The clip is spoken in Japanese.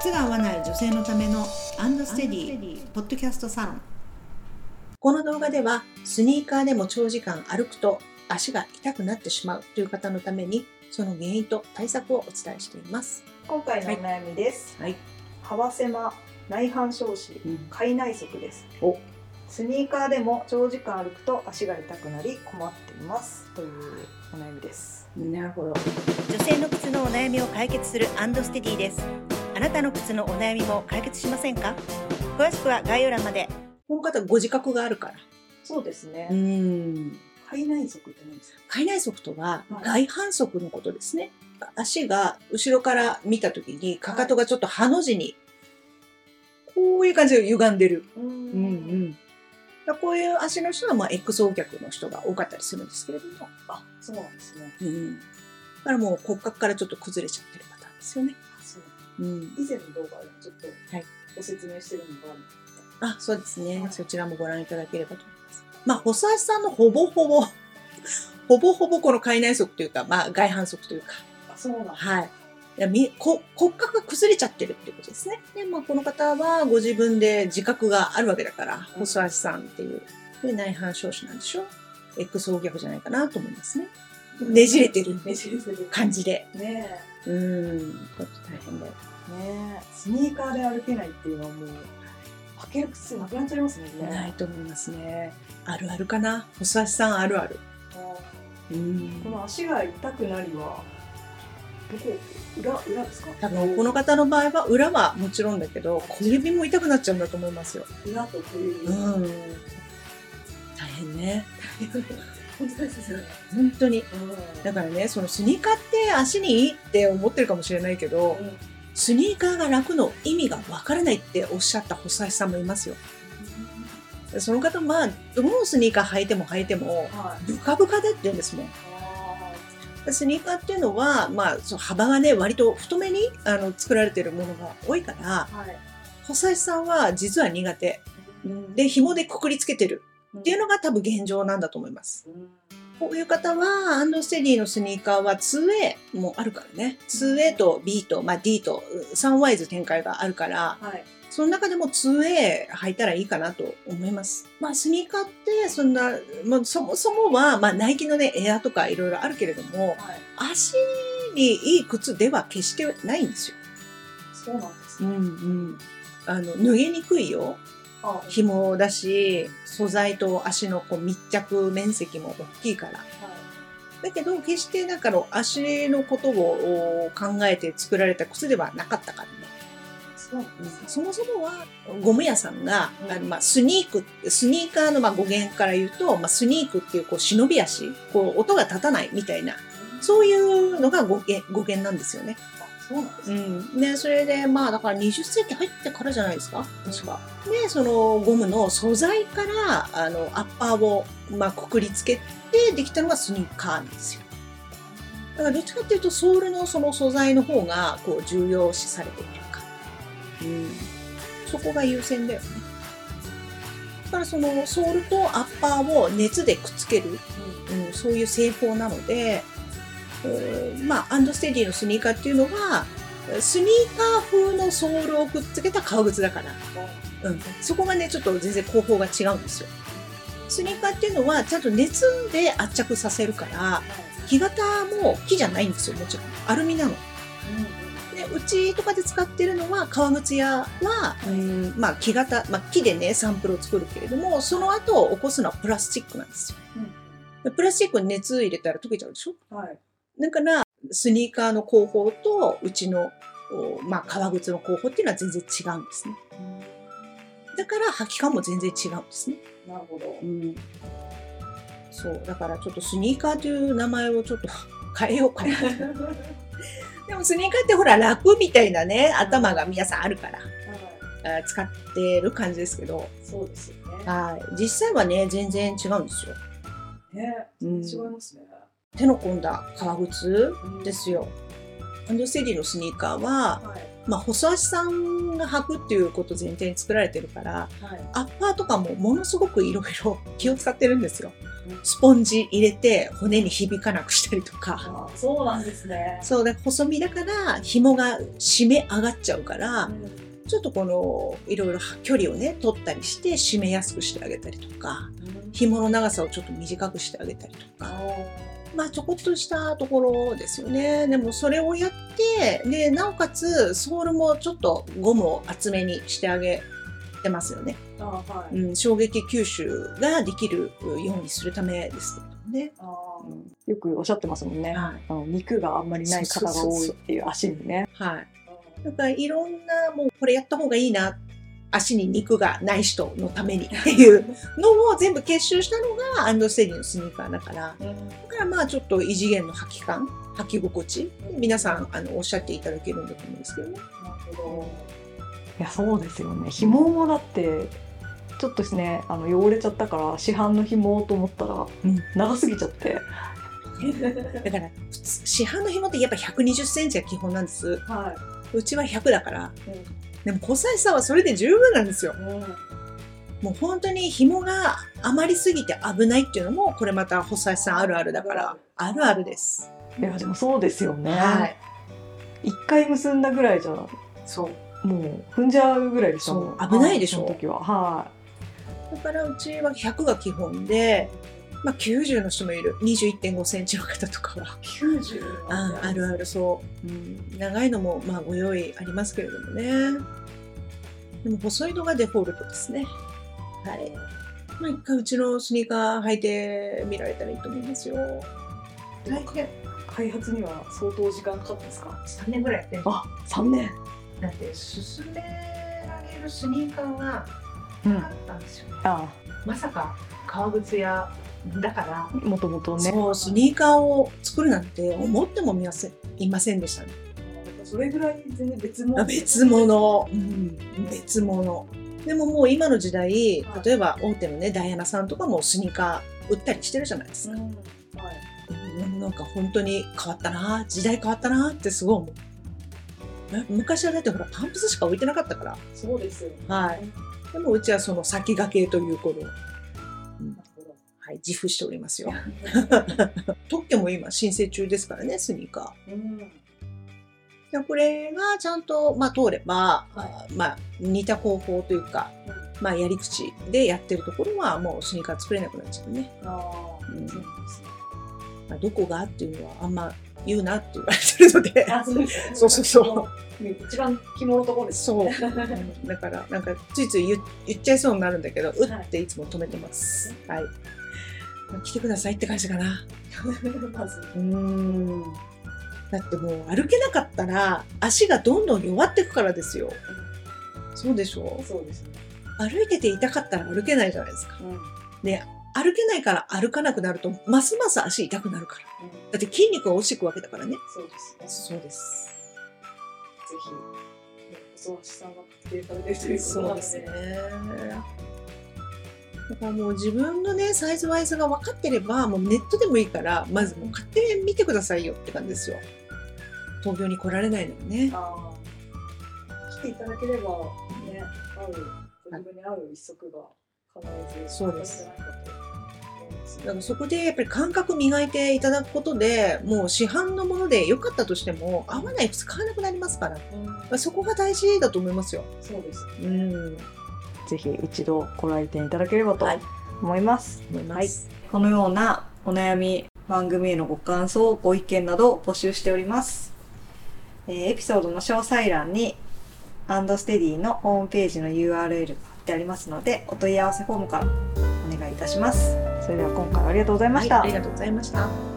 靴が合わない女性のためのアンドステディポッドキャストサロン。この動画ではスニーカーでも長時間歩くと足が痛くなってしまうという方のためにその原因と対策をお伝えしています。 今回のお悩みです。 はい、 幅狭、内反小趾、開内側です。 おスニーカーでも長時間歩くと足が痛くなり困っていますというお悩みです。 なるほど。 女性の靴のお悩みを解決するアンドステディです。あなたの靴のお悩みも解決しませんか？詳しくは概要欄まで。 この方ご自覚があるから。 そうですね。 開内側って何ですか？ 開内側とは外反側のことですね。足が後ろから見たときにかかとがちょっとハの字にこういう感じで歪んでる。こういう足の人はX 脚の人が多かったりするんですけれども。 あ、そうなんですね。 だからもう骨格からちょっと崩れちゃってるパターンですよね。 以前の動画でもちょっとご説明してるのがあるんですか？ あ、そうですね、そちらもご覧いただければと思います。細足さんのほぼほぼこの開内側というか、外反側というか。 あ、そうなんです。 はい。骨格が崩れちゃってるっていうことですね。で、この方はご自分で自覚があるわけだから、細足さんっていう。で、内反小趾なんでしょ？ X 脚じゃないかなと思いますね。ねじれてる感じで。 ねちょっと大変だよ。 ね、スニーカーで歩けないっていうのはもう履ける靴なくなっちゃいますもんね。 ないと思いますね。あるあるかな。細足さんあるある。 この足が痛くなりはどこ？裏ですか？ 多分この方の場合は裏はもちろんだけど小指も痛くなっちゃうんだと思いますよ。 裏と小指。 大変ね。 本当ですよね。 本当に。だからね、そのスニーカーって足にいいって思ってるかもしれないけど、スニーカーが楽の意味がわからないっておっしゃった細足さんもいますよ。その方はどのスニーカー履いてもブカブカだって言うんですもん。スニーカーっていうのは、幅がね割と太めに作られているものが多いから、細足さんは実は苦手で紐でくくりつけてるっていうのが多分現状なんだと思います。こういう方はアンドステディのスニーカーは 2A もあるからね。2A と B と、D と3ワイズ展開があるから、その中でも 2A 履いたらいいかなと思います。スニーカーってそんな、そもそもは、ナイキのねエアとかいろいろあるけれども、足にいい靴では決してないんですよ。 そうなんですね。 脱げにくいよ。紐だし、素材と足の密着面積も大きいから。だけど、決して足のことを考えて作られた靴ではなかったからね。そもそもはゴム屋さんが、スニーカーの語源から言うと、スニークっていう忍び足、音が立たないみたいな、そういうのが語源なんですよね。 そうなんですね。 それでだから20世紀入ってからじゃないですか、確か。でそのゴムの素材からアッパーをくくりつけてできたのがスニーカーなんですよ。だからどっちかっていうとソールのその素材の方が重要視されているというか、そこが優先だよね。だからそのソールとアッパーを熱でくっつける、そういう製法なので。アンドステディのスニーカーっていうのはスニーカー風のソールをくっつけた革靴だから、そこがねちょっと全然工法が違うんですよ。スニーカーっていうのはちゃんと熱で圧着させるから木型も木じゃないんですよ。もちろんアルミなの。でうちとかで使ってるのは革靴屋は、木型、木でねサンプルを作るけれどもその後起こすのはプラスチックなんですよ。プラスチックに熱入れたら溶けちゃうでしょ。だからスニーカーの工法とうちの革靴の工法っていうのは全然違うんですね。だから履き感も全然違うんですね。 なるほど。 そうだからちょっとスニーカーという名前をちょっと変えようかな。でもスニーカーってほら楽みたいなね頭が皆さんあるから、使ってる感じですけど。 そうですよね。 実際はね全然違うんですよ。 違いますね。 手の込んだ革靴ですよ。アンドステディのスニーカーは、細足さんが履くっていうことを前提に作られてるから、アッパーとかもものすごくいろいろ気を使ってるんですよ。 スポンジ入れて骨に響かなくしたりとか。 あ、そうなんですね。 そうだ、細身だから紐が締め上がっちゃうから、ちょっとこのいろいろ距離をね取ったりして締めやすくしてあげたりとか、紐の長さをちょっと短くしてあげたりとか、まあちょこっとしたところですよね。でもそれをやって、でなおかつソールもちょっとゴムを厚めにしてあげてますよね。 はい、 衝撃吸収ができるようにするためですけどね。 よくおっしゃってますもんね。肉があんまりない方が多いっていう足にね。 はい。だからいろんなもうこれやった方がいいな、足に肉がない人のためにっていうのを全部結集したのがアンドステディのスニーカーだから、だからまあちょっと異次元の履き感、履き心地、皆さんおっしゃっていただけるんだと思うんですけどね。 なるほど。いや、そうですよね。紐もだってちょっとですね、汚れちゃったから市販の紐と思ったら、長すぎちゃって。 だから市販の紐ってやっぱ120センチが基本なんです。うちは100だから。でも小西さんはそれで十分なんですよ。もう本当に紐が余りすぎて危ないっていうのもこれまた小西さんあるあるだからあるあるです。 いやでもそうですよね。 はい。 一回結んだぐらいじゃそうもう踏んじゃうぐらいでしたもん。 危ないでしょ。 その時は。はい。 だからうちは100が基本で、まあ90の人もいる。21.5センチの方とかは。 90？ あるあるそう。長いのもまあご用意ありますけれどもね。でも細いのがデフォルトですね。はい。まあ一回うちのスニーカー履いてみられたらいいと思いますよ。 大変。開発には相当時間かかったんですか ？3年ぐらいやってる。 あ、3年。 だって勧められるスニーカーがなかったんですよね。まさか革靴屋だからもともとね。 そう、スニーカーを作るなんて思ってもいませんでしたね。 それぐらい全然別物。 別物、別物。でももう今の時代、例えば大手のねダイアナさんとかもスニーカー売ったりしてるじゃないですか。なんか本当に変わったな、時代変わったなってすごい思う。昔はだってほらパンプスしか置いてなかったから。 そうですよ。 はい。でもうちはその先駆けということを、はい、自負しておりますよ。特許も今申請中ですからね、スニーカー。これがちゃんと、まあ、通れば、まあ、似た方法というか、まあ、やり口でやってるところはもうスニーカー作れなくなっちゃうね。どこがっていうのはあんま言うなって言われてるので。そうそうそう。 一番肝のところです。 そう。だからなんかついつい言っちゃいそうになるんだけど、うっていつも止めてます。はい。来てくださいって感じかな。 まず。 だってもう歩けなかったら足がどんどん弱っていくからですよ。そうでしょ。 そうですね。 歩いてて痛かったら歩けないじゃないですか。で、歩けないから歩かなくなるとますます足痛くなるから。だって筋肉が落ちていくわけだからね。 そうですね。 そうです。 ぜひ細橋さんが確定されているということなので。そうですね。 だからもう自分のねサイズワイズが分かってればもうネットでもいいからまずもう買ってみてくださいよって感じですよ。東京に来られないのもね。 来ていただければね、ご自分に合う一足が必ずそうです。 じゃないかと思います。 だからそこでやっぱり感覚磨いていただくことでもう市販のもので良かったとしても合わない靴買わなくなりますから、そこが大事だと思いますよ。 そうです。ぜひ一度ご来店いただければと思います。このようなお悩み、番組へのご感想、ご意見など募集しております。エピソードの詳細欄にアンドステディのホームページの URL が貼ってありますので、お問い合わせフォームからお願いいたします。それでは今回はありがとうございました。 ありがとうございました。